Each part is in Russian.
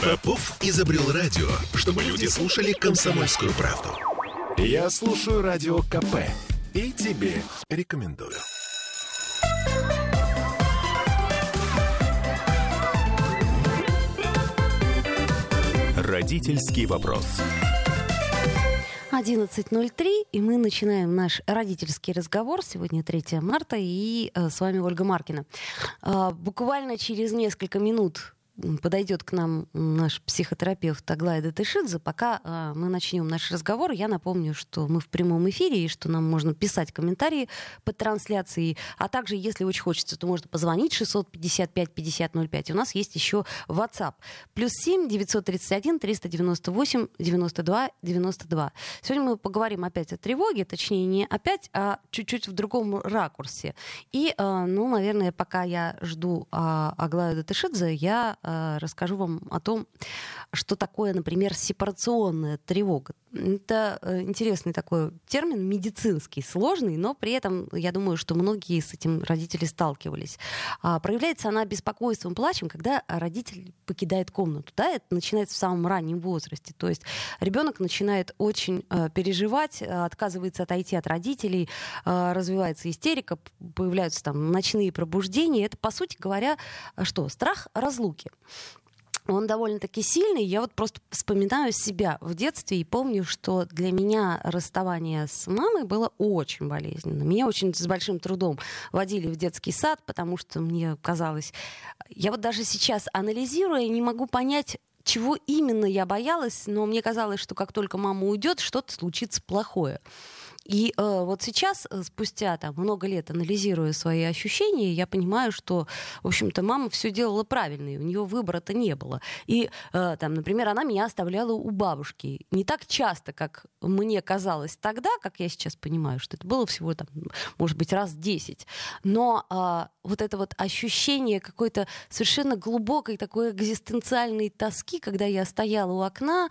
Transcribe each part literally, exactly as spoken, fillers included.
Попов изобрел радио, чтобы люди слушали «Комсомольскую правду». Я слушаю Радио КП и тебе рекомендую. Родительский вопрос. одиннадцать ноль три, и мы начинаем наш родительский разговор. Сегодня третье марта, и э, с вами Ольга Маркина. Э, буквально через несколько минут подойдет к нам наш психотерапевт Аглая Датышидзе. Пока э, мы начнем наш разговор, я напомню, что мы в прямом эфире, и что нам можно писать комментарии под трансляцией. А также, если очень хочется, то можно позвонить шестьсот пятьдесят пять пятьдесят ноль пять. У нас есть еще WhatsApp. Плюс семь девятьсот тридцать один триста девяносто восемь девяносто два девяносто два. Сегодня мы поговорим опять о тревоге, точнее, не опять, а чуть-чуть в другом ракурсе. И, э, ну, наверное, пока я жду э, Аглаю Датышидзе, я расскажу вам о том, что такое, например, сепарационная тревога. Это интересный такой термин, медицинский, сложный, но при этом, я думаю, что многие с этим родители сталкивались. А, проявляется она беспокойством, плачем, когда родитель покидает комнату. Да, это начинается в самом раннем возрасте. То есть ребенок начинает очень э, переживать, отказывается отойти от родителей, э, развивается истерика, появляются там ночные пробуждения. Это, по сути говоря, что? Страх разлуки. Он довольно-таки сильный. Я вот просто вспоминаю себя в детстве и помню, что для меня расставание с мамой было очень болезненно. Меня очень с большим трудом водили в детский сад, потому что мне казалось... Я вот даже сейчас, анализируя, не могу понять, чего именно я боялась, но мне казалось, что как только мама уйдет, что-то случится плохое. И э, вот сейчас, спустя там, много лет, анализируя свои ощущения, я понимаю, что, в общем-то, мама все делала правильно, и у нее выбора-то не было. И, э, там, например, она меня оставляла у бабушки. Не так часто, как мне казалось тогда, как я сейчас понимаю, что это было всего, там, может быть, раз десять. Но э, вот это вот ощущение какой-то совершенно глубокой такой экзистенциальной тоски, когда я стояла у окна,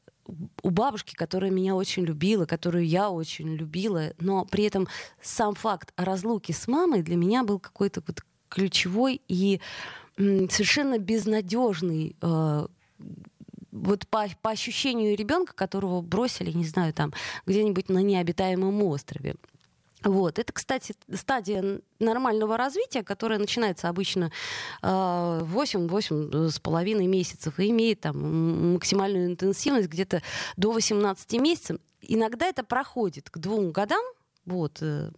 у бабушки, которая меня очень любила, которую я очень любила, но при этом сам факт разлуки с мамой для меня был какой-то вот ключевой и м, совершенно безнадежный, э, вот по, по ощущению ребенка, которого бросили, не знаю, там где-нибудь на необитаемом острове. Вот. Это, кстати, стадия нормального развития, которая начинается обычно э, восемь-восемь с половиной месяцев и имеет там максимальную интенсивность где-то до восемнадцати месяцев. Иногда это проходит к двум годам. Вот.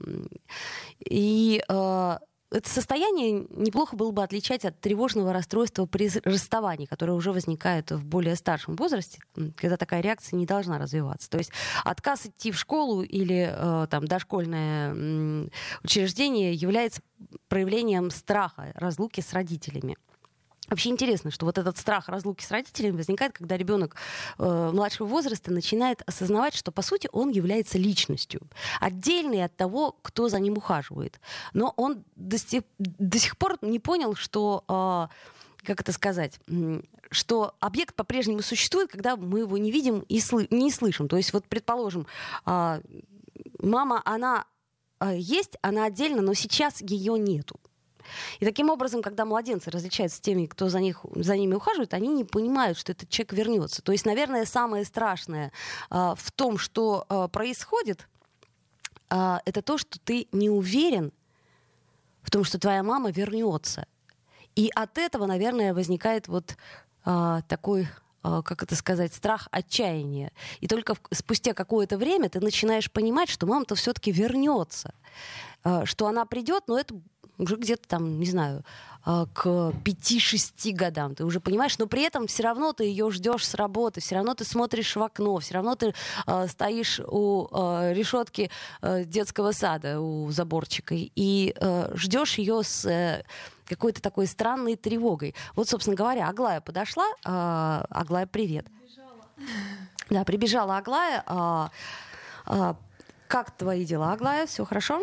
И э, это состояние неплохо было бы отличать от тревожного расстройства при расставании, которое уже возникает в более старшем возрасте, когда такая реакция не должна развиваться. То есть отказ идти в школу или э, там, дошкольное м, учреждение является проявлением страха разлуки с родителями. Вообще интересно, что вот этот страх разлуки с родителями возникает, когда ребенок э, младшего возраста начинает осознавать, что, по сути, он является личностью, отдельной от того, кто за ним ухаживает. Но он до сих, до сих пор не понял, что, э, как это сказать, что объект по-прежнему существует, когда мы его не видим и сл- не слышим. То есть, вот, предположим, э, мама, она э, есть, она отдельно, но сейчас ее нету. И таким образом, когда младенцы различаются с теми, кто за, них, за ними ухаживает, они не понимают, что этот человек вернется. То есть, наверное, самое страшное э, в том, что э, происходит, э, это то, что ты не уверен в том, что твоя мама вернется. И от этого, наверное, возникает вот э, такой... как это сказать, страх отчаяния. И только спустя какое-то время ты начинаешь понимать, что мама-то все-таки вернется, что она придет, но это уже где-то там, не знаю, к пяти-шести годам. Ты уже понимаешь, но при этом все равно ты ее ждешь с работы, все равно ты смотришь в окно, все равно ты э, стоишь у э, решетки э, детского сада, у заборчика, и э, ждешь ее с э, какой-то такой странной тревогой. Вот, собственно говоря, Аглая подошла. Э, Аглая, привет. Прибежала. Да, прибежала Аглая. Э, э, как твои дела, Аглая? Все хорошо?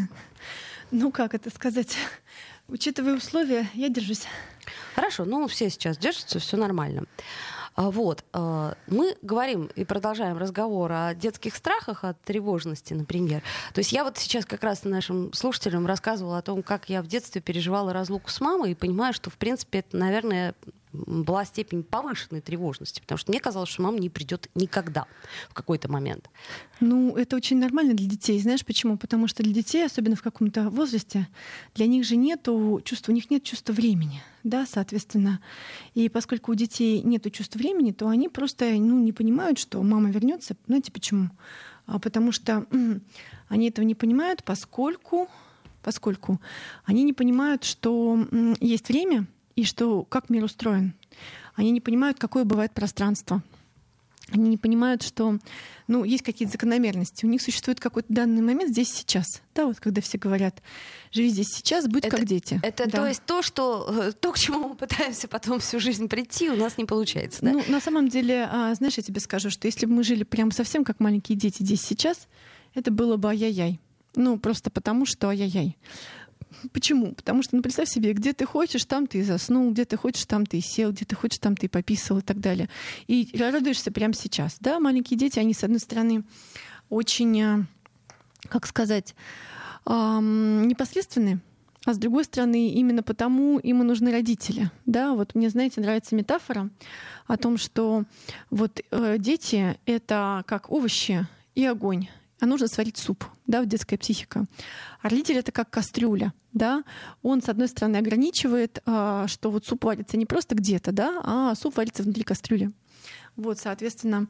Ну, как это сказать? Учитывая условия, я держусь. Хорошо, ну все сейчас держатся, все нормально. Вот. Мы говорим и продолжаем разговор о детских страхах, о тревожности, например. То есть я вот сейчас как раз нашим слушателям рассказывала о том, как я в детстве переживала разлуку с мамой, и понимаю, что, в принципе, это, наверное, была степень повышенной тревожности, потому что мне казалось, что мама не придет никогда в какой-то момент. Ну, это очень нормально для детей. Знаешь почему? Потому что для детей, особенно в каком-то возрасте, для них же нету чувства, у них нет чувства времени, да, соответственно. И поскольку у детей нету чувства времени, то они просто, ну, не понимают, что мама вернется. Знаете почему? А потому что м- они этого не понимают, поскольку, поскольку они не понимают, что м- есть время, и что, как мир устроен. Они не понимают, какое бывает пространство. Они не понимают, что, ну, есть какие-то закономерности. У них существует какой-то данный момент здесь и сейчас. Да, вот когда все говорят, живи здесь сейчас, будь это, как дети. Это да. то есть то, что, то, к чему мы пытаемся потом всю жизнь прийти, у нас не получается, да? Ну, на самом деле, знаешь, я тебе скажу, что если бы мы жили прям совсем как маленькие дети здесь сейчас, это было бы ай-яй-яй. Ну, просто потому, что ай-яй-яй. Почему? Потому что, ну, представь себе, где ты хочешь, там ты и заснул, где ты хочешь, там ты и сел, где ты хочешь, там ты и пописал и так далее. И радуешься прямо сейчас. Да, маленькие дети, они, с одной стороны, очень, как сказать, эм, непосредственны, а с другой стороны, именно потому им и нужны родители. Да, вот мне, знаете, нравится метафора о том, что вот э, дети — это как овощи и огонь. А нужно сварить суп, да, вот детская психика. А родитель — это как кастрюля, да. Он, с одной стороны, ограничивает, что вот суп варится не просто где-то, да, а суп варится внутри кастрюли. Вот, соответственно,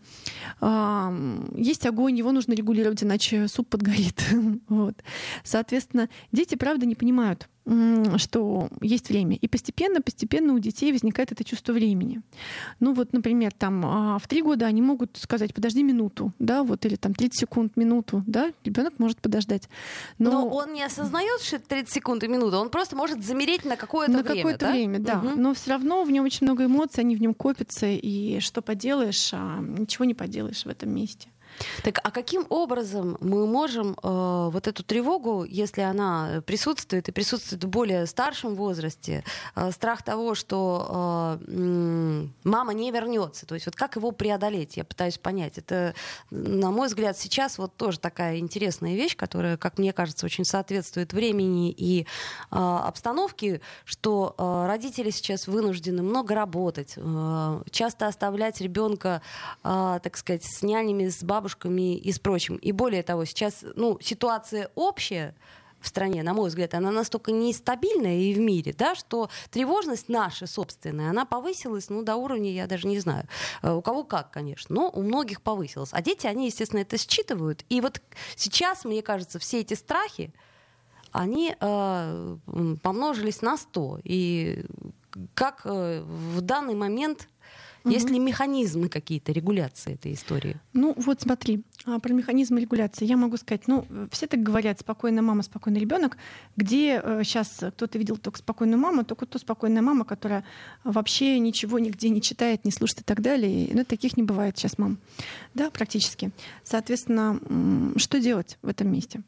есть огонь, его нужно регулировать, иначе суп подгорит. Вот. Соответственно, дети, правда, не понимают, что есть время. И постепенно, постепенно у детей возникает это чувство времени. Ну вот, например, там в три года они могут сказать: подожди минуту, да, вот, или там тридцать секунд, минуту, да, ребенок может подождать. Но, Но он не осознает, что это тридцать секунд и минута, он просто может замереть на какое-то на время. На какое-то да? время, да. Угу. Но все равно в нем очень много эмоций, они в нем копятся, и что поделаешь, ничего не поделаешь в этом месте. Так, а каким образом мы можем э, вот эту тревогу, если она присутствует и присутствует в более старшем возрасте, э, страх того, что э, э, мама не вернется, то есть вот как его преодолеть, я пытаюсь понять. Это, на мой взгляд, сейчас вот тоже такая интересная вещь, которая, как мне кажется, очень соответствует времени и э, обстановке, что э, родители сейчас вынуждены много работать, э, часто оставлять ребенка, э, так сказать, с нянями, с бабушками и с прочим. И более того, сейчас, ну, ситуация общая в стране, на мой взгляд, она настолько нестабильная и в мире, да, что тревожность наша собственная, она повысилась, ну, до уровня, я даже не знаю, у кого как, конечно, но у многих повысилась. А дети, они, естественно, это считывают. И вот сейчас, мне кажется, все эти страхи, они э, помножились на сто. И как э, в данный момент... Есть ли механизмы какие-то регуляции этой истории? Ну вот смотри, про механизмы регуляции я могу сказать, ну все так говорят: спокойная мама, спокойный ребенок. Где э, сейчас кто-то видел только спокойную маму, только то спокойная мама, которая вообще ничего нигде не читает, не слушает и так далее. Ну таких не бывает сейчас мам, да, практически. Соответственно, что делать в этом месте?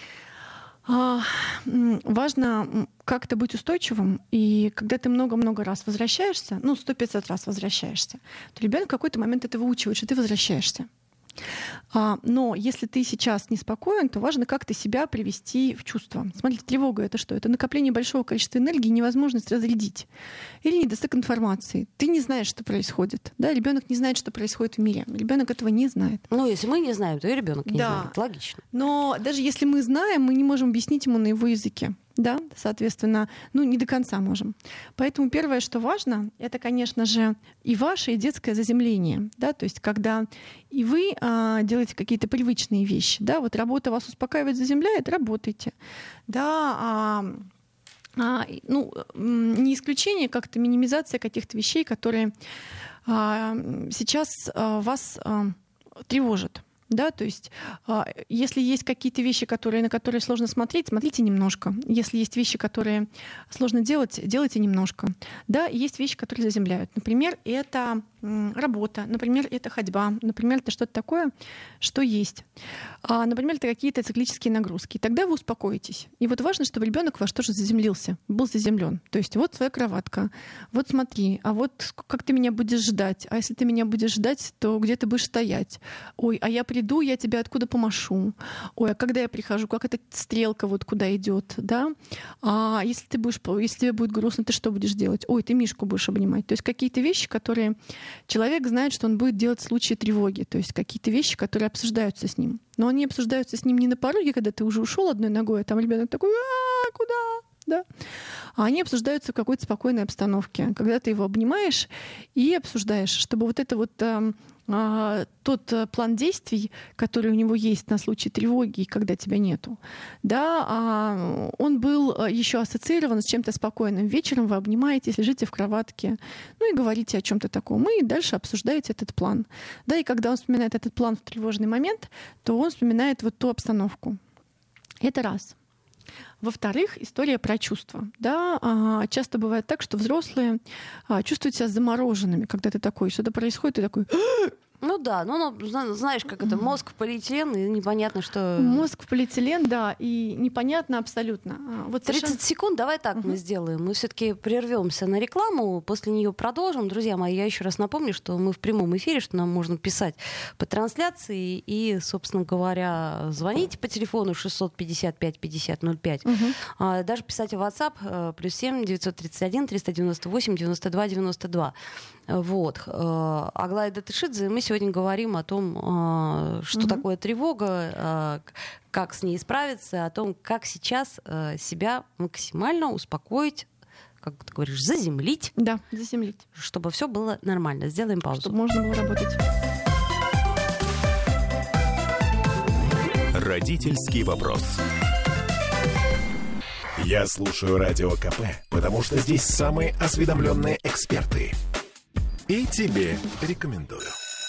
Важно как-то быть устойчивым, и когда ты много-много раз возвращаешься, ну, сто пятьдесят раз возвращаешься, то ребенок в какой-то момент это выучивает, что ты возвращаешься. Но если ты сейчас неспокоен, то важно как-то себя привести в чувство. Смотрите, тревога — это что? Это накопление большого количества энергии, невозможность разрядить. Или недостаток информации. Ты не знаешь, что происходит. Да? Ребенок не знает, что происходит в мире. Ребенок этого не знает. Ну, если мы не знаем, то и ребенок не да. знает. Логично. Но даже если мы знаем, мы не можем объяснить ему на его языке. Да, соответственно, ну, не до конца можем. Поэтому первое, что важно, это, конечно же, и ваше, и детское заземление. Да? То есть когда и вы а, делаете какие-то привычные вещи. Да? Вот работа вас успокаивает, заземляет, работайте. Да, а, а, ну, не исключение, как-то минимизация каких-то вещей, которые а, сейчас а, вас а, тревожат. Да, то есть, если есть какие-то вещи, которые, на которые сложно смотреть, смотрите немножко. Если есть вещи, которые сложно делать, делайте немножко. Да, и есть вещи, которые заземляют. Например, это работа, например, это ходьба, например, это что-то такое, что есть. А, например, это какие-то циклические нагрузки. Тогда вы успокоитесь. И вот важно, чтобы ребенок ваш тоже заземлился, был заземлен. То есть вот твоя кроватка, вот смотри, а вот как ты меня будешь ждать, а если ты меня будешь ждать, то где ты будешь стоять? Ой, а я приду, я тебя откуда помашу? Ой, а когда я прихожу, как эта стрелка вот куда идет, да? А если ты будешь, если тебе будет грустно, ты что будешь делать? Ой, ты Мишку будешь обнимать. То есть какие-то вещи, которые человек знает, что он будет делать в случае тревоги. То есть какие-то вещи, которые обсуждаются с ним. Но они обсуждаются с ним не на пороге, когда ты уже ушел одной ногой, а там ребенок такой: а куда? Да? А они обсуждаются в какой-то спокойной обстановке, когда ты его обнимаешь и обсуждаешь, чтобы вот это вот э, э, тот э, план действий, который у него есть на случай тревоги, когда тебя нету, да, э, он был еще ассоциирован с чем-то спокойным. Вечером вы обнимаетесь, лежите в кроватке, ну и говорите о чем-то таком, и дальше обсуждаете этот план. Да, и когда он вспоминает этот план в тревожный момент, то он вспоминает вот ту обстановку. Это раз. Во-вторых, история про чувства. Да, часто бывает так, что взрослые чувствуют себя замороженными, когда ты такой, что-то происходит, ты такой... Ну да, ну, ну знаешь, как это, мозг в полиэтилен, и непонятно, что... Мозг в полиэтилен, да, и непонятно абсолютно. Вот тридцать совершенно... секунд, давай так uh-huh. мы сделаем. Мы все-таки прервемся на рекламу, после нее продолжим. Друзья мои, я еще раз напомню, что мы в прямом эфире, что нам можно писать по трансляции и, собственно говоря, звоните по телефону шестьсот пятьдесят пять пятьдесят ноль пять. Uh-huh. А, даже писать в WhatsApp плюс семь девятьсот тридцать один триста девяносто восемь девяносто два девяносто два. Вот. Аглая Датышидзе, мы сегодня говорим о том, что угу. такое тревога, как с ней справиться, о том, как сейчас себя максимально успокоить, как ты говоришь, заземлить. Да, заземлить. Чтобы все было нормально. Сделаем паузу. Чтобы можно было работать. Родительский вопрос. Я слушаю Радио КП, потому что здесь самые осведомленные эксперты. И тебе рекомендую.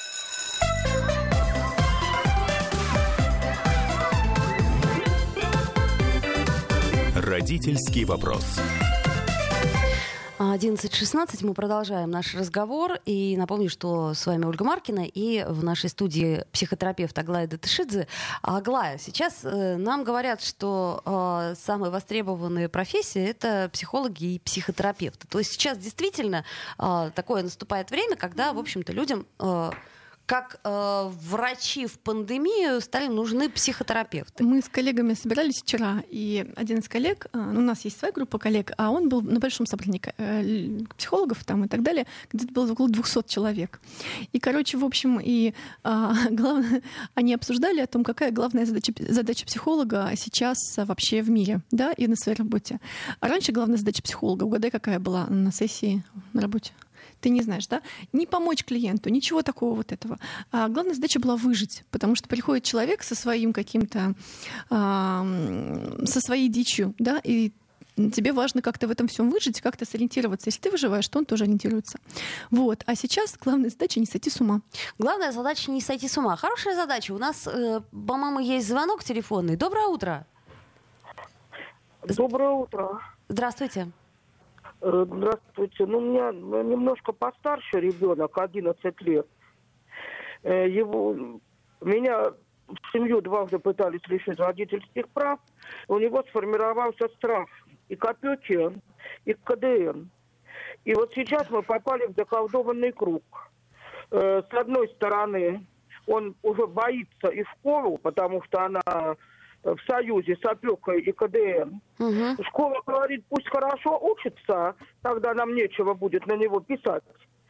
Родительский вопрос. одиннадцать шестнадцать, мы продолжаем наш разговор. И напомню, что с вами Ольга Маркина и в нашей студии психотерапевт Аглая Датышидзе. А Аглая, сейчас э, нам говорят, что э, самые востребованные профессии — это психологи и психотерапевты. То есть сейчас действительно э, такое наступает время, когда, в общем-то, людям... Э, как э, врачи в пандемию стали нужны психотерапевты. Мы с коллегами собирались вчера, и один из коллег, э, у нас есть своя группа коллег, а он был на большом собрании э, психологов там и так далее, где-то было около двухсот человек. И, короче, в общем, и э, главное, они обсуждали о том, какая главная задача, задача психолога сейчас вообще в мире, да, и на своей работе. А раньше главная задача психолога, угадай, какая была на сессии на работе? Ты не знаешь, да? Не помочь клиенту, ничего такого вот этого. А главная задача была выжить, потому что приходит человек со своим каким-то, э, со своей дичью, да, и тебе важно как-то в этом всем выжить, как-то сориентироваться. Если ты выживаешь, то он тоже ориентируется. Вот. А сейчас главная задача — не сойти с ума. Главная задача — не сойти с ума. Хорошая задача. У нас, э, по-моему, есть звонок телефонный. Доброе утро. Доброе утро. Здравствуйте. Здравствуйте. Ну, у меня немножко постарше ребенок, одиннадцать лет. Его, меня в семью дважды пытались лишить родительских прав. У него сформировался страх и к опеке, и к ка дэ эн. И вот сейчас мы попали в заколдованный круг. С одной стороны, он уже боится и школу, потому что она в союзе с опекой и ка дэ эн. Угу. Школа говорит, пусть хорошо учится, тогда нам нечего будет на него писать.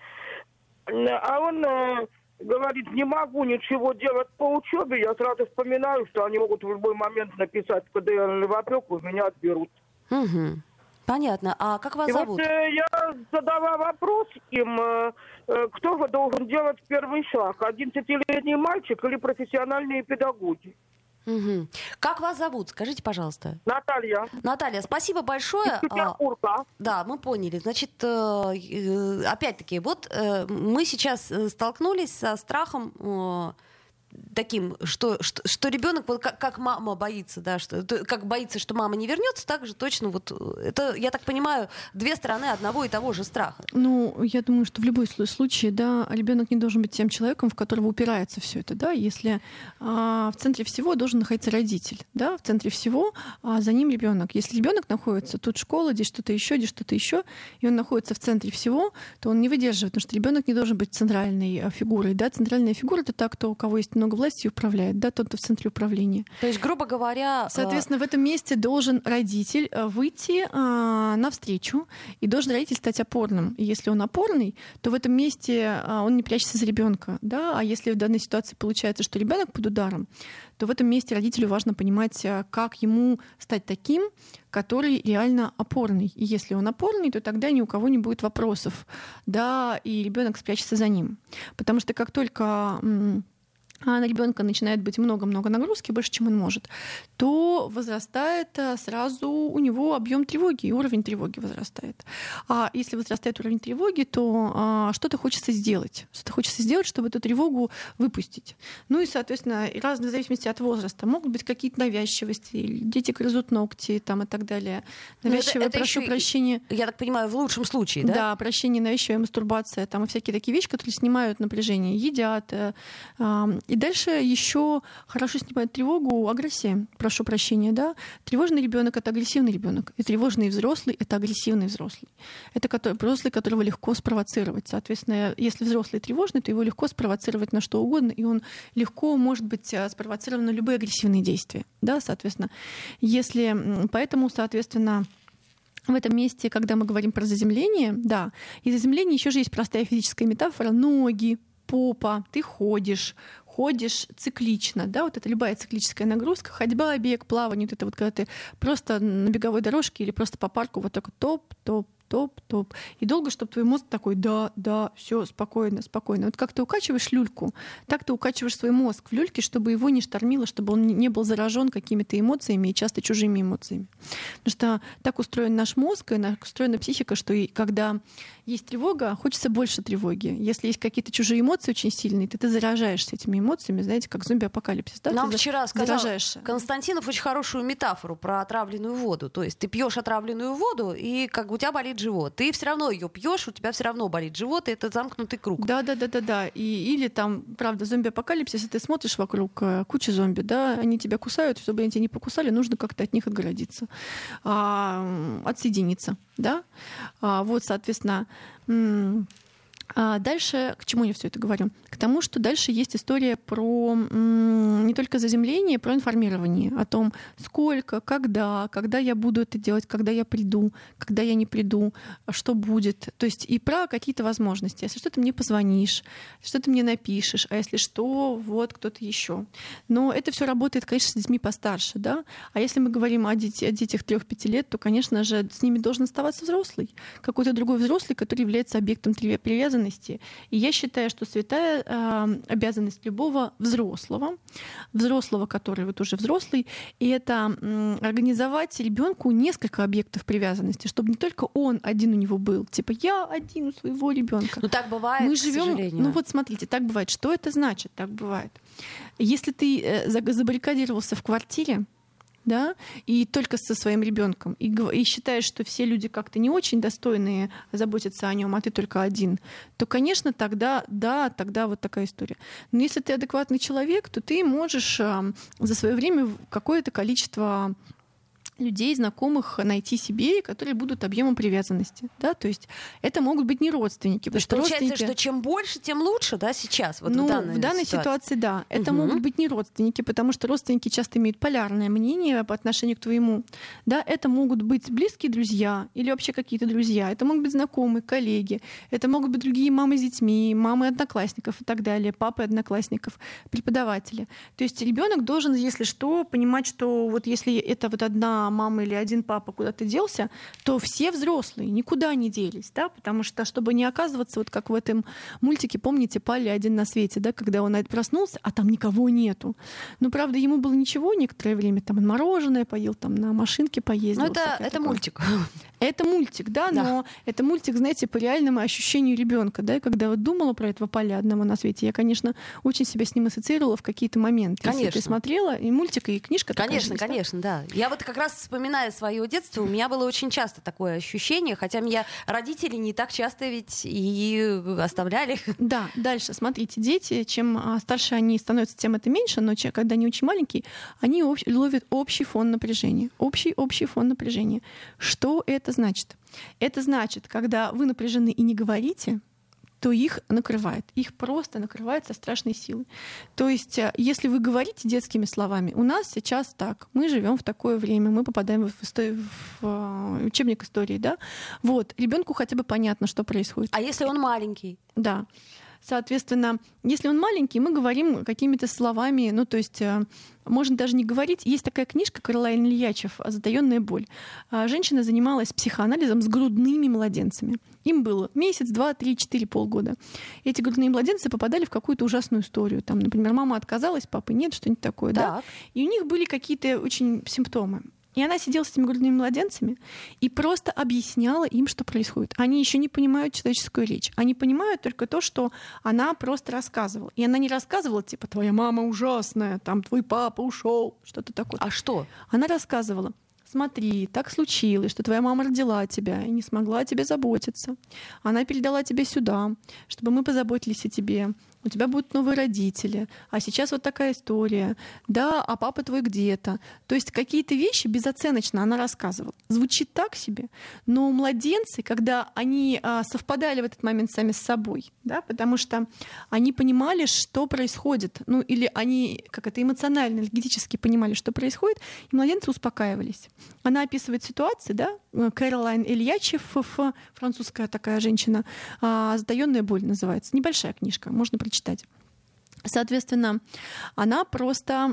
А он э, говорит, не могу ничего делать по учебе, я сразу вспоминаю, что они могут в любой момент написать в ка дэ эн или в опеку, меня отберут. Угу. Понятно. А как вас и зовут? Вот э, я задала вопрос им, э, э, кто же должен делать первый шаг, одиннадцатилетний мальчик или профессиональные педагоги? Угу. Как вас зовут? Скажите, пожалуйста. Наталья. Наталья, спасибо большое. Из Петербурга. А, да, мы поняли. Значит, опять-таки, вот мы сейчас столкнулись со страхом таким, что, что, что ребенок, вот как, как мама боится, да, что, как боится, что мама не вернется, так же точно вот это, я так понимаю, две стороны одного и того же страха. Ну, я думаю, что в любом случае, да, ребенок не должен быть тем человеком, в которого упирается все это, да, если а, в центре всего должен находиться родитель, да, в центре всего, а за ним ребенок. Если ребенок находится тут школа, здесь что-то еще, здесь что-то еще, и он находится в центре всего, то он не выдерживает, потому что ребенок не должен быть центральной фигурой, да, центральная фигура — это та, кто, у кого есть много власти и управляет, да, тот, кто в центре управления. То есть, грубо говоря... Соответственно, в этом месте должен родитель выйти а, навстречу, и должен родитель стать опорным. И если он опорный, то в этом месте а, он не прячется за ребенка, да, а если в данной ситуации получается, что ребенок под ударом, то в этом месте родителю важно понимать, как ему стать таким, который реально опорный. И если он опорный, то тогда ни у кого не будет вопросов, да, и ребенок спрячется за ним. Потому что как только а на ребенка начинает быть много-много нагрузки, больше, чем он может, то возрастает сразу у него объем тревоги, и уровень тревоги возрастает. А если возрастает уровень тревоги, то а, что-то хочется сделать. Что-то хочется сделать, чтобы эту тревогу выпустить. Ну и, соответственно, разные в зависимости от возраста. Могут быть какие-то навязчивости, дети грызут ногти там, и так далее. Навязчивое, это, это прошу прощения. Я так понимаю, в лучшем случае, да? Да, прощение, навязчивая мастурбация, там и всякие такие вещи, которые снимают напряжение, едят. А, И дальше еще хорошо снимает тревогу агрессия. Прошу прощения, да. Тревожный ребенок — это агрессивный ребенок, и тревожный взрослый — это агрессивный взрослый. Это который, взрослый, которого легко спровоцировать. Соответственно, если взрослый тревожный, то его легко спровоцировать на что угодно, и он легко может быть спровоцирован на любые агрессивные действия, да, соответственно. Если поэтому, соответственно, в этом месте, когда мы говорим про заземление, да, и заземление еще же есть простая физическая метафора: ноги, попа, ты ходишь, ходишь циклично, да, вот это любая циклическая нагрузка, ходьба, бег, плавание, вот это вот когда ты просто на беговой дорожке или просто по парку вот так вот топ-топ, топ-топ. И долго, чтобы твой мозг такой: да, да, все спокойно, спокойно. Вот как ты укачиваешь люльку, так ты укачиваешь свой мозг в люльке, чтобы его не штормило, чтобы он не был заражен какими-то эмоциями и часто чужими эмоциями. Потому что так устроен наш мозг и так устроена психика, что и когда есть тревога, хочется больше тревоги. Если есть какие-то чужие эмоции очень сильные, то ты заражаешься этими эмоциями, знаете, как зомби-апокалипсис. Да? Нам ты вчера сказал Константинов очень хорошую метафору про отравленную воду. То есть ты пьешь отравленную воду, и как у тебя болит живот. Ты все равно ее пьешь, у тебя все равно болит живот, и это замкнутый круг. Да, да, да, да, да. И, или там, правда, зомби-апокалипсис, если ты смотришь вокруг куча зомби, да, они тебя кусают, чтобы они тебя не покусали, нужно как-то от них отгородиться, а, отсоединиться, да. А, вот, соответственно. А дальше, к чему я все это говорю? К тому, что дальше есть история про м, не только заземление, про информирование о том, сколько, когда, когда я буду это делать, когда я приду, когда я не приду, что будет. То есть и про какие-то возможности. Если что, ты мне позвонишь, что ты мне напишешь, а если что, вот кто-то еще. Но это все работает, конечно, с детьми постарше, да. А если мы говорим о, дети, о детях трёх-пяти лет, то, конечно же, с ними должен оставаться взрослый, какой-то другой взрослый, который является объектом привязанности. И я считаю, что святая э, обязанность любого взрослого, взрослого, который вот уже взрослый, и это э, организовать ребенку несколько объектов привязанности, чтобы не только он один у него был, типа я один у своего ребенка. Ну так бывает, Мы к живем, сожалению. Ну вот смотрите, так бывает. Что это значит? Так бывает. Если ты э, забаррикадировался в квартире, да, и только со своим ребенком, и, и считаешь, что все люди как-то не очень достойные заботиться о нем, а ты только один, то, конечно, тогда, да, тогда вот такая история. Но если ты адекватный человек, то ты можешь э, за свое время какое-то количество людей, знакомых найти себе, которые будут объемом привязанности. Да? То есть это могут быть не родственники. То есть получается, родственники... что чем больше, тем лучше, да, сейчас? Вот ну, в данной, в данной ситуации. ситуации, да. Это угу. могут быть не родственники, потому что родственники часто имеют полярное мнение по отношению к твоему. Да? Это могут быть близкие друзья или вообще какие-то друзья. Это могут быть знакомые, коллеги. Это могут быть другие мамы с детьми, мамы одноклассников и так далее, папы одноклассников, преподаватели. То есть ребенок должен, если что, понимать, что вот если это вот одна одна мама или один папа куда-то делся, то все взрослые никуда не делись, да, потому что, чтобы не оказываться, вот как в этом мультике, помните, Палли один на свете, да, когда он проснулся, а там никого нету. Ну, правда, ему было ничего некоторое время, там он мороженое поел, там на машинке поездил. Ну, это, это мультик. Это мультик, да, да, но это мультик, знаете, по реальному ощущению ребенка, да, и когда вот думала про этого Палли одного на свете, я, конечно, очень себя с ним ассоциировала в какие-то моменты. Конечно. Если ты смотрела, и мультик, и книжка. Конечно, такая, конечно, да. Я вот как раз вспоминая свое детство, у меня было очень часто такое ощущение, хотя меня родители не так часто ведь и оставляли. Да, дальше, смотрите, дети, чем старше они становятся, тем это меньше, но когда они очень маленькие, они об... ловят общий фон напряжения. Общий, общий фон напряжения. Что это значит? Это значит, когда вы напряжены и не говорите, то их накрывает. Их просто накрывает со страшной силой. То есть, если вы говорите детскими словами, у нас сейчас так, мы живем в такое время, мы попадаем в, историю, в учебник истории, да? Вот, ребенку хотя бы понятно, что происходит. А если он маленький? Да. Соответственно, если он маленький, мы говорим какими-то словами, ну, то есть можно даже не говорить. Есть такая книжка Каролайн Ильячев «Затаённая боль». Женщина занималась психоанализом с грудными младенцами. Им было месяц, два, три, четыре, полгода. Эти грудные младенцы попадали в какую-то ужасную историю. Там, например, мама отказалась, папы нет, что-нибудь такое. Да? И у них были какие-то очень симптомы. И она сидела с этими грудными младенцами и просто объясняла им, что происходит. Они еще не понимают человеческую речь. Они понимают только то, что она просто рассказывала. И она не рассказывала, типа, твоя мама ужасная, там твой папа ушел, что-то такое. А что? Она рассказывала: смотри, так случилось, что твоя мама родила тебя и не смогла о тебе заботиться. Она передала тебя сюда, чтобы мы позаботились о тебе. У тебя будут новые родители, а сейчас вот такая история. Да, а папа твой где-то. То есть какие-то вещи безоценочно она рассказывала. Звучит так себе, но младенцы, когда они а, совпадали в этот момент сами с собой, да, потому что они понимали, что происходит, ну или они, как это, эмоционально, энергетически понимали, что происходит, и младенцы успокаивались. Она описывает ситуации, да, Каролайн Ильячев, французская такая женщина, «Затаённая боль» называется. Небольшая книжка, можно прочитать. Соответственно, она просто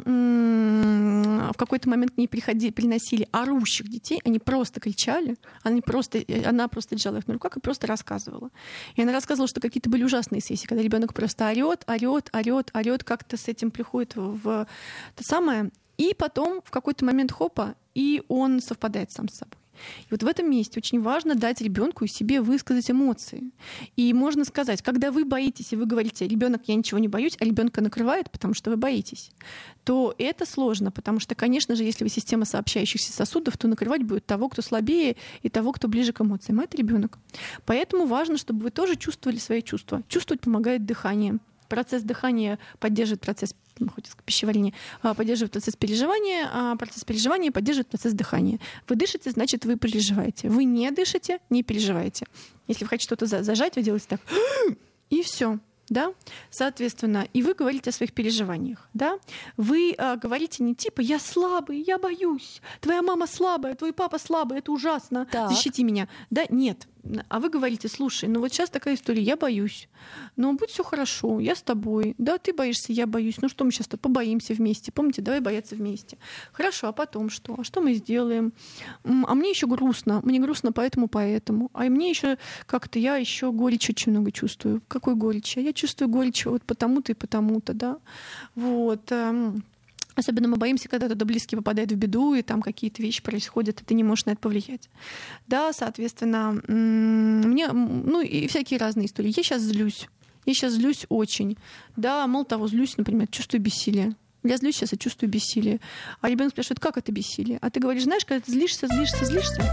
м- в какой-то момент к ней приходили, приносили орущих детей, они просто кричали, они просто, она просто держала их на руках и просто рассказывала. И она рассказывала, что какие-то были ужасные сессии, когда ребенок просто орет, орет, орет, орет, как-то с этим приходит в то самое, и потом в какой-то момент хопа, и он совпадает сам с собой. И вот в этом месте очень важно дать ребенку и себе высказать эмоции. И можно сказать, когда вы боитесь, и вы говорите: ребенок, я ничего не боюсь, а ребенка накрывает, потому что вы боитесь, то это сложно, потому что, конечно же, если вы система сообщающихся сосудов, то накрывать будет того, кто слабее, и того, кто ближе к эмоциям. Это ребенок. Поэтому важно, чтобы вы тоже чувствовали свои чувства. Чувствовать помогает дыхание. Процесс дыхания поддерживает процесс ну, хоть пищеварения, поддерживает процесс переживания, а процесс переживания поддерживает процесс дыхания. Вы дышите, значит, вы переживаете. Вы не дышите, не переживаете. Если вы хотите что-то зажать, вы делаете так, и все. Да? Соответственно, и вы говорите о своих переживаниях. Да? Вы а, говорите не типа «я слабый, я боюсь», «твоя мама слабая, твой папа слабый, это ужасно, так. защити меня». Да? Нет. А вы говорите: слушай, ну вот сейчас такая история, я боюсь, но будет все хорошо, я с тобой. Да, ты боишься, я боюсь. Ну что мы сейчас-то побоимся вместе? Помните, давай бояться вместе. Хорошо, а потом что? А что мы сделаем? А мне еще грустно, мне грустно поэтому, поэтому. А мне еще как-то, я еще горечь очень много чувствую. Какой горечь? Я чувствую горечь вот потому-то и потому-то, да. Вот. Особенно мы боимся, когда кто-то близкий попадает в беду, и там какие-то вещи происходят, и ты не можешь на это повлиять. Да, соответственно, мне, ну и всякие разные истории. Я сейчас злюсь. Я сейчас злюсь очень. Да, мало того, злюсь, например, чувствую бессилие. Я злюсь сейчас и чувствую бессилие. А ребенок спрашивает: как это бессилие? А ты говоришь: знаешь, когда ты злишься, злишься, злишься.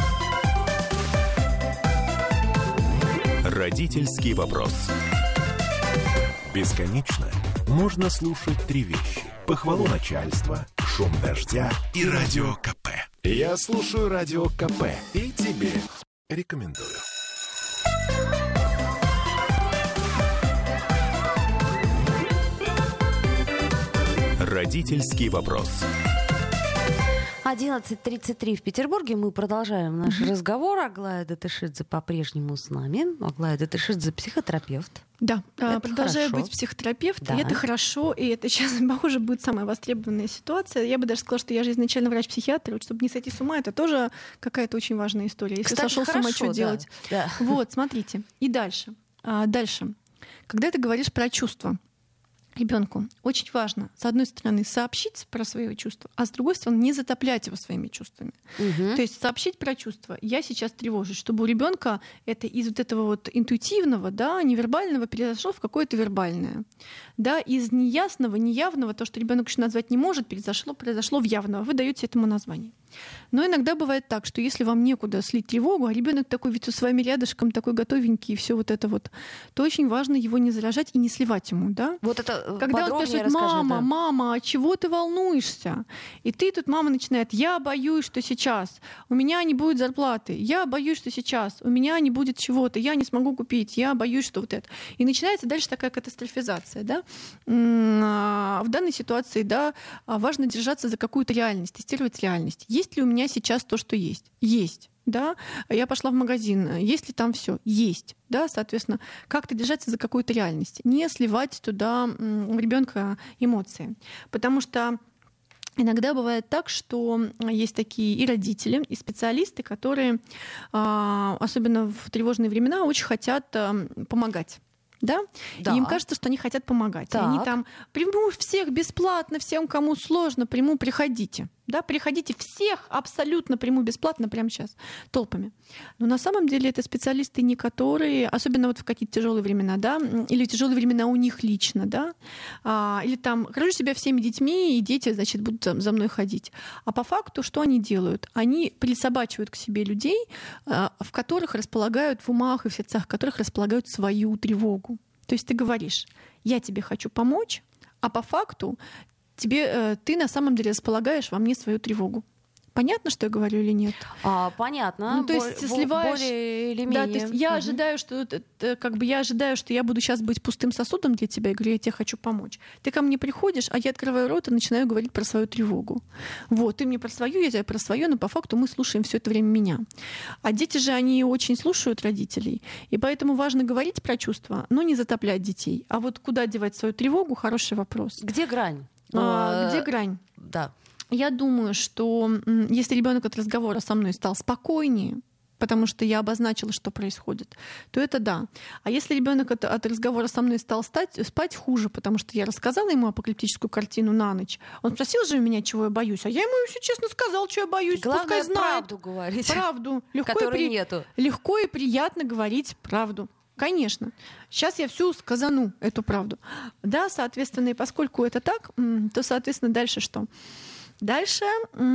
Родительский вопрос. Бесконечно можно слушать три вещи: похвалу начальства, шум дождя и радио КП. Я слушаю радио КП и тебе рекомендую. Родительский вопрос. одиннадцать тридцать три в Петербурге. Мы продолжаем наш mm-hmm. разговор. Аглая Датышидзе по-прежнему с нами. Аглая Датышидзе — психотерапевт. Да, это продолжаю хорошо. быть психотерапевтом, Да. и это хорошо, и это сейчас, похоже, будет самая востребованная ситуация. Я бы даже сказала, что я же изначально врач-психиатр, вот, чтобы не сойти с ума, это тоже какая-то очень важная история. Если Кстати, сошел с ума, что да. делать? Да. Вот, смотрите. И дальше. А, дальше. Когда ты говоришь про чувства ребенку, очень важно, с одной стороны, сообщить про свои чувства, а с другой стороны, не затоплять его своими чувствами. Угу. То есть сообщить про чувства. Я сейчас тревожусь, чтобы у ребенка это из вот этого вот интуитивного, да, невербального перешло в какое-то вербальное. Да, из неясного, неявного, то, что ребенок еще назвать не может, произошло, произошло в явного. Вы даете этому название. Но иногда бывает так, что если вам некуда слить тревогу, а ребенок такой ведь с вами рядышком, такой готовенький, и все вот это вот, то очень важно его не заражать и не сливать ему, да? Вот это когда он пишет: мама, да. мама, а чего ты волнуешься? И ты тут, мама начинает: я боюсь, что сейчас у меня не будет зарплаты, я боюсь, что сейчас у меня не будет чего-то, я не смогу купить, я боюсь, что вот это. И начинается дальше такая катастрофизация, да? В данной ситуации, да, важно держаться за какую-то реальность, тестировать реальность. Есть ли у меня сейчас то, что есть? Есть. Да, я пошла в магазин, есть ли там все? Есть. Да, соответственно, как-то держаться за какую-то реальность, не сливать туда у ребенка эмоции. Потому что иногда бывает так, что есть такие и родители, и специалисты, которые, особенно в тревожные времена, очень хотят помогать. Да? Да. И им кажется, что они хотят помогать. И они там: приму всех бесплатно, всем, кому сложно, приму, приходите. Да? Приходите всех, абсолютно приму бесплатно прямо сейчас, толпами. Но на самом деле это специалисты, не которые, особенно вот в какие-то тяжелые времена, да, или тяжелые времена у них лично, да, а, или там окружу себя всеми детьми, и дети, значит, будут за мной ходить. А по факту что они делают? Они присобачивают к себе людей, в которых располагают в умах и в сердцах, в которых располагают свою тревогу. То есть ты говоришь: я тебе хочу помочь, а по факту тебе, э, ты на самом деле располагаешь во мне свою тревогу. Понятно, что я говорю или нет? А, понятно. Ну, то есть Бо- сливаешь... более или менее. Да, то есть я угу. ожидаю, что это, как бы я ожидаю, что я буду сейчас быть пустым сосудом для тебя, и говорю: я тебе хочу помочь. Ты ко мне приходишь, а я открываю рот и начинаю говорить про свою тревогу. Вот, ты мне про свою, я тебе про свое, но по факту мы слушаем все это время меня. А дети же, они очень слушают родителей, и поэтому важно говорить про чувства, но не затоплять детей. А вот куда девать свою тревогу — хороший вопрос. Где грань? А, где грань? Да. Я думаю, что если ребенок от разговора со мной стал спокойнее, потому что я обозначила, что происходит, то это да. А если ребенок от, от разговора со мной стал стать, спать хуже, потому что я рассказала ему апокалиптическую картину на ночь, он спросил же у меня, чего я боюсь, а я ему, если честно, сказала, что я боюсь. Главное, пускай знает. правду говорить. Правду. Легко которой и при... нету. Легко и приятно говорить правду. Конечно. Сейчас я всю сказану эту правду. Да, соответственно, и поскольку это так, то, соответственно, дальше что? Дальше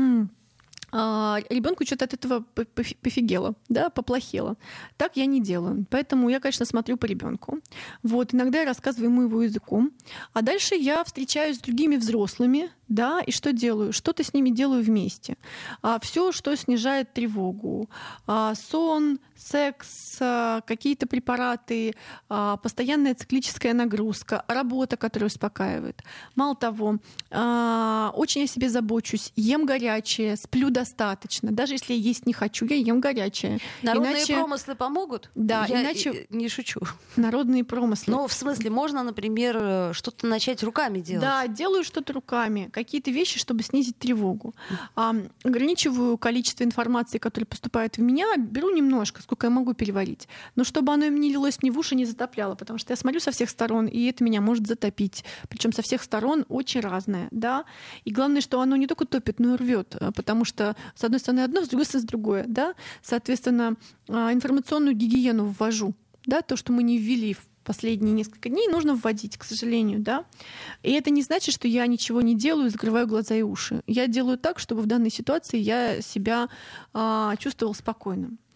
ребенку что-то от этого пофигело, да, поплохело. Так я не делаю. Поэтому я, конечно, смотрю по ребенку. Вот, иногда я рассказываю ему его языком. А дальше я встречаюсь с другими взрослыми, да, и что делаю? Что-то с ними делаю вместе. А, все, что снижает тревогу. А, сон, секс, а, какие-то препараты, а, постоянная циклическая нагрузка, работа, которая успокаивает. Мало того, а, очень о себе забочусь, ем горячее, сплю достаточно. Даже если я есть не хочу, я ем горячее. Народные иначе... промыслы помогут? Да, я иначе... не шучу. Народные промыслы. Ну, в смысле, можно, например, что-то начать руками делать? Да, делаю что-то руками. Какие-то вещи, чтобы снизить тревогу. А, ограничиваю количество информации, которая поступает в меня, беру немножко, сколько я могу переварить. Но чтобы оно не лилось мне в уши, не затопляло, потому что я смотрю со всех сторон, и это меня может затопить. Причем со всех сторон очень разное. Да? И главное, что оно не только топит, но и рвет, потому что с одной стороны одно, с другой стороны другое. Да? Соответственно, информационную гигиену ввожу. Да? То, что мы не ввели в последние несколько дней, нужно вводить, к сожалению, да. И это не значит, что я ничего не делаю, закрываю глаза и уши. Я делаю так, чтобы в данной ситуации я себя а, чувствовала спокойным.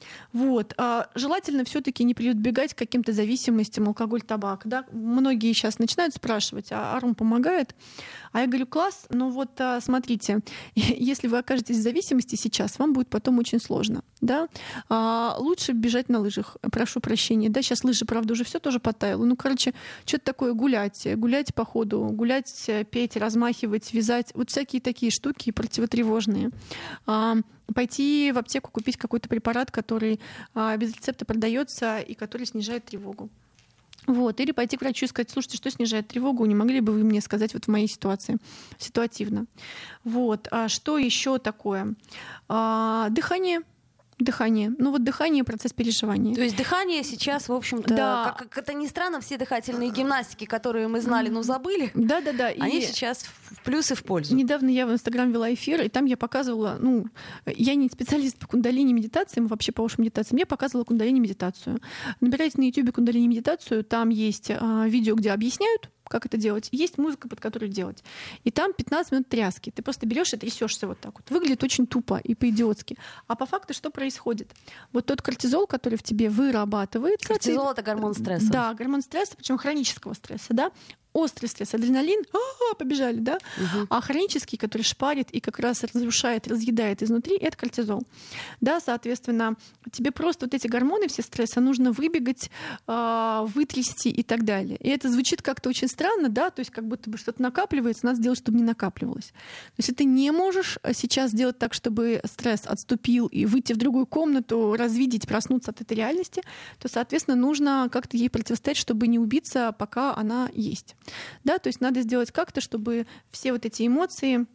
Вот. А желательно все-таки не прибегать к каким-то зависимостям, алкоголь, табак. Да? Многие сейчас начинают спрашивать, а арум помогает? А я говорю, класс, но вот смотрите, если вы окажетесь в зависимости сейчас, вам будет потом очень сложно. Да? А лучше бежать на лыжах, прошу прощения. Да? Сейчас лыжи, правда, уже все тоже потаяло. Ну, короче, что-то такое гулять, гулять по ходу, гулять, петь, размахивать, вязать. Вот всякие такие штуки противотревожные. А, пойти в аптеку купить какой-то препарат, который а, без рецепта продается и который снижает тревогу. Вот. Или пойти к врачу и сказать, слушайте, что снижает тревогу, не могли бы вы мне сказать вот в моей ситуации ситуативно. Вот. А что еще такое? А, дыхание. Дыхание. Ну вот дыхание — процесс переживания. То есть дыхание сейчас, в общем-то, да. как, как это ни странно, все дыхательные гимнастики, которые мы знали, но забыли, да-да-да. они и сейчас в плюс и в пользу. Недавно я в Инстаграм вела эфир, и там я показывала, ну, я не специалист по кундалини-медитациям, вообще по вашим медитациям, я показывала кундалини-медитацию. Набирайте на ютубе кундалини-медитацию, там есть а, видео, где объясняют, как это делать. Есть музыка, под которую делать. И там пятнадцать минут тряски. Ты просто берешь и трясешься вот так вот. Выглядит очень тупо и по-идиотски. А по факту что происходит? Вот тот кортизол, который в тебе вырабатывается. Кортизол — ты... это гормон стресса. Да, гормон стресса, причем хронического стресса, да. Острый стресс, адреналин, а-а, побежали, да? Угу. А хронический, который шпарит и как раз разрушает, разъедает изнутри, это кортизол. Да, соответственно, тебе просто вот эти гормоны, все стресса, нужно выбегать, э, вытрясти и так далее. И это звучит как-то очень странно, да, то есть как будто бы что-то накапливается, надо сделать, чтобы не накапливалось. То есть если ты не можешь сейчас сделать так, чтобы стресс отступил и выйти в другую комнату, развидеть, проснуться от этой реальности, то, соответственно, нужно как-то ей противостоять, чтобы не убиться, пока она есть. Да, то есть надо сделать как-то, чтобы все вот эти эмоции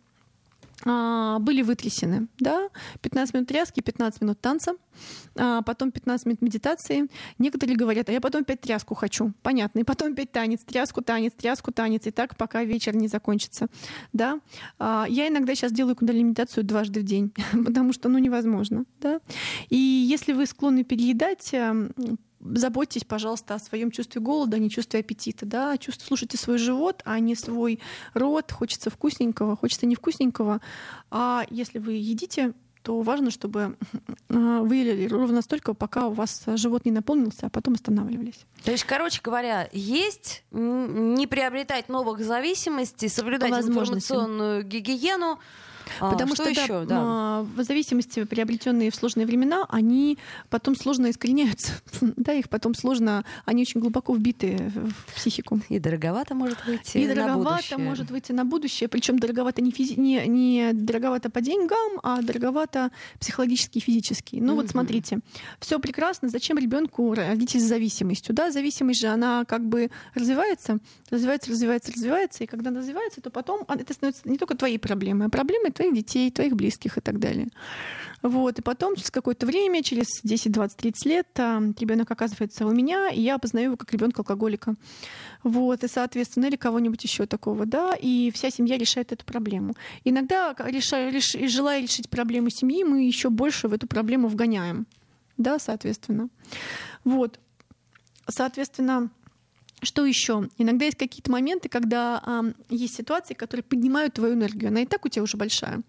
а, были вытрясены. Да? пятнадцать минут тряски, пятнадцать минут танца, а потом пятнадцать минут медитации. Некоторые говорят, а я потом опять тряску хочу. Понятно. И потом опять танец, тряску, танец, тряску, танец. И так, пока вечер не закончится. Да? А, я иногда сейчас делаю кундалини-медитацию дважды в день, потому что ну, невозможно. Да? И если вы склонны переедать, заботьтесь, пожалуйста, о своем чувстве голода, а не чувстве аппетита. Да? Чувств... Слушайте свой живот, а не свой рот. Хочется вкусненького, хочется невкусненького. А если вы едите, то важно, чтобы вы ели ровно столько, пока у вас живот не наполнился, а потом останавливались. То есть, короче говоря, есть, не приобретать новых зависимостей, соблюдать информационную гигиену. Потому а, что, что еще? Да, да. зависимости, приобретенные в сложные времена, они потом сложно искореняются. да, их потом сложно, они очень глубоко вбиты в психику. И дороговато может выйти И на дороговато будущее. может выйти на будущее. Причем дороговато не, физи... не, не дороговато по деньгам, а дороговато психологически и физически. Ну mm-hmm. вот смотрите, все прекрасно. Зачем ребенку родитель с зависимостью? Да, зависимость же, она как бы развивается, развивается, развивается, развивается. И когда она развивается, то потом это становится не только твоей проблемой, а проблемой твоих детей, твоих близких и так далее. Вот. И потом, через какое-то время, через десять, двадцать, тридцать лет, ребенок оказывается у меня, и я познаю его как ребенка-алкоголика. Вот. И, соответственно, или кого-нибудь еще такого, да, и вся семья решает эту проблему. Иногда, решая, реш... желая решить проблему семьи, мы еще больше в эту проблему вгоняем. Да, соответственно. Вот. Соответственно, что еще? Иногда есть какие-то моменты, когда э, есть ситуации, которые поднимают твою энергию. Она и так у тебя уже большая.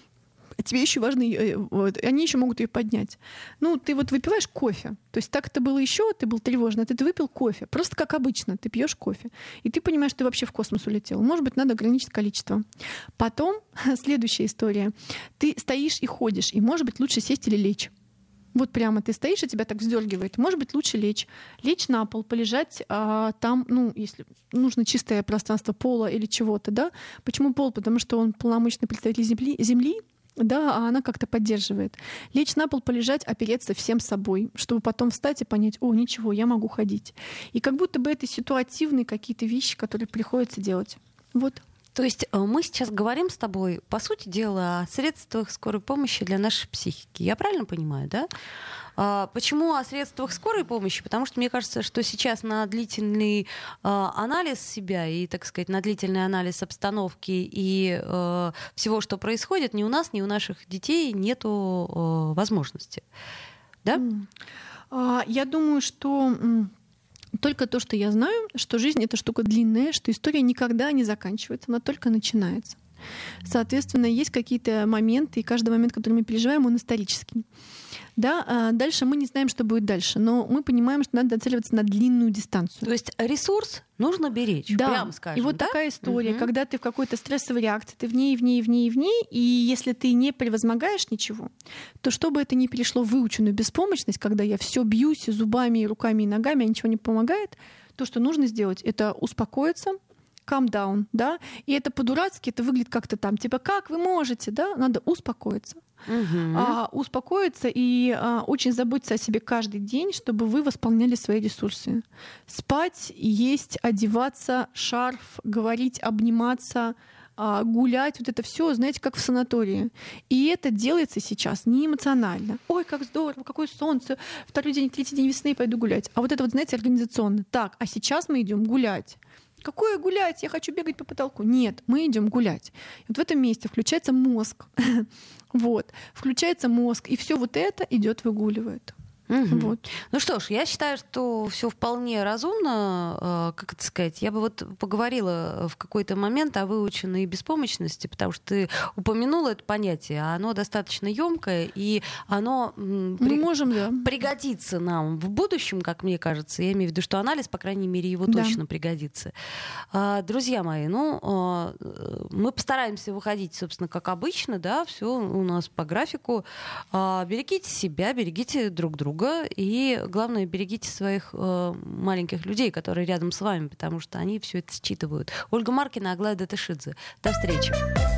А тебе еще важно, э, вот, они еще могут ее поднять. Ну, ты вот выпиваешь кофе. То есть так это было еще, ты был тревожный, а ты, ты выпил кофе. Просто как обычно, ты пьешь кофе. И ты понимаешь, что ты вообще в космос улетел. Может быть, надо ограничить количество. Потом, следующая история. Ты стоишь и ходишь, и, может быть, лучше сесть или лечь. Вот прямо ты стоишь, и тебя так вздергивает. Может быть, лучше лечь. Лечь на пол, полежать а, там, ну, если нужно чистое пространство пола или чего-то, да. Почему пол? Потому что он полномочный представитель земли, земли, да, а она как-то поддерживает. Лечь на пол, полежать, опереться всем собой, чтобы потом встать и понять, о, ничего, я могу ходить. И как будто бы это ситуативные какие-то вещи, которые приходится делать. Вот. То есть мы сейчас говорим с тобой, по сути дела, о средствах скорой помощи для нашей психики. Я правильно понимаю, да? А почему о средствах скорой помощи? Потому что мне кажется, что сейчас на длительный а, анализ себя и, так сказать, на длительный анализ обстановки и а, всего, что происходит, ни у нас, ни у наших детей нету а, возможности. Да? Mm. Я думаю, что... Только то, что я знаю, что жизнь — это штука длинная, что история никогда не заканчивается, она только начинается. Соответственно, есть какие-то моменты, и каждый момент, который мы переживаем, он исторический. Да, а дальше мы не знаем, что будет дальше, но мы понимаем, что надо нацеливаться на длинную дистанцию. То есть ресурс нужно беречь, да. прямо скажем. И вот да? такая история, угу. когда ты в какой-то стрессовой реакции, ты в ней, в ней, в ней, в ней, и если ты не превозмогаешь ничего, то чтобы это не перешло в выученную беспомощность, когда я все бьюсь и зубами, и руками, и ногами, а ничего не помогает, то, что нужно сделать, это успокоиться, calm down, да, и это по-дурацки, это выглядит как-то там, типа, как вы можете, да, надо успокоиться. Угу. А, успокоиться и а, очень заботиться о себе каждый день, чтобы вы восполняли свои ресурсы. Спать, есть, одеваться, шарф, говорить, обниматься, а, гулять, вот это все, знаете, как в санатории. И это делается сейчас не эмоционально. Ой, как здорово, какое солнце, второй день, третий день весны, пойду гулять. А вот это вот, знаете, организационно. Так, а сейчас мы идем гулять. Какое гулять? Я хочу бегать по потолку. Нет, мы идем гулять. И вот в этом месте включается мозг. Вот. Включается мозг, и все вот это идет выгуливает. Угу. Вот. Ну что ж, я считаю, что все вполне разумно, как это сказать. Я бы вот поговорила в какой-то момент о выученной беспомощности, потому что ты упомянула это понятие, а оно достаточно ёмкое, и оно Мы при... можем, да. пригодится нам в будущем, как мне кажется. Я имею в виду, что анализ, по крайней мере, его Да. точно пригодится. Друзья мои, ну, мы постараемся выходить, собственно, как обычно, да, все у нас по графику. Берегите себя, берегите друг друга. И, главное, берегите своих э, маленьких людей, которые рядом с вами, потому что они все это считывают. Ольга Маркина, Аглая Датышидзе. До встречи.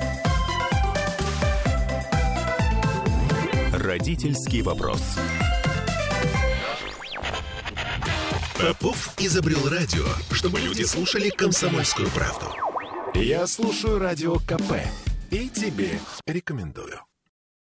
Родительский вопрос. Попов изобрел радио, чтобы люди слушали «Комсомольскую правду». Я слушаю Радио КП и тебе рекомендую.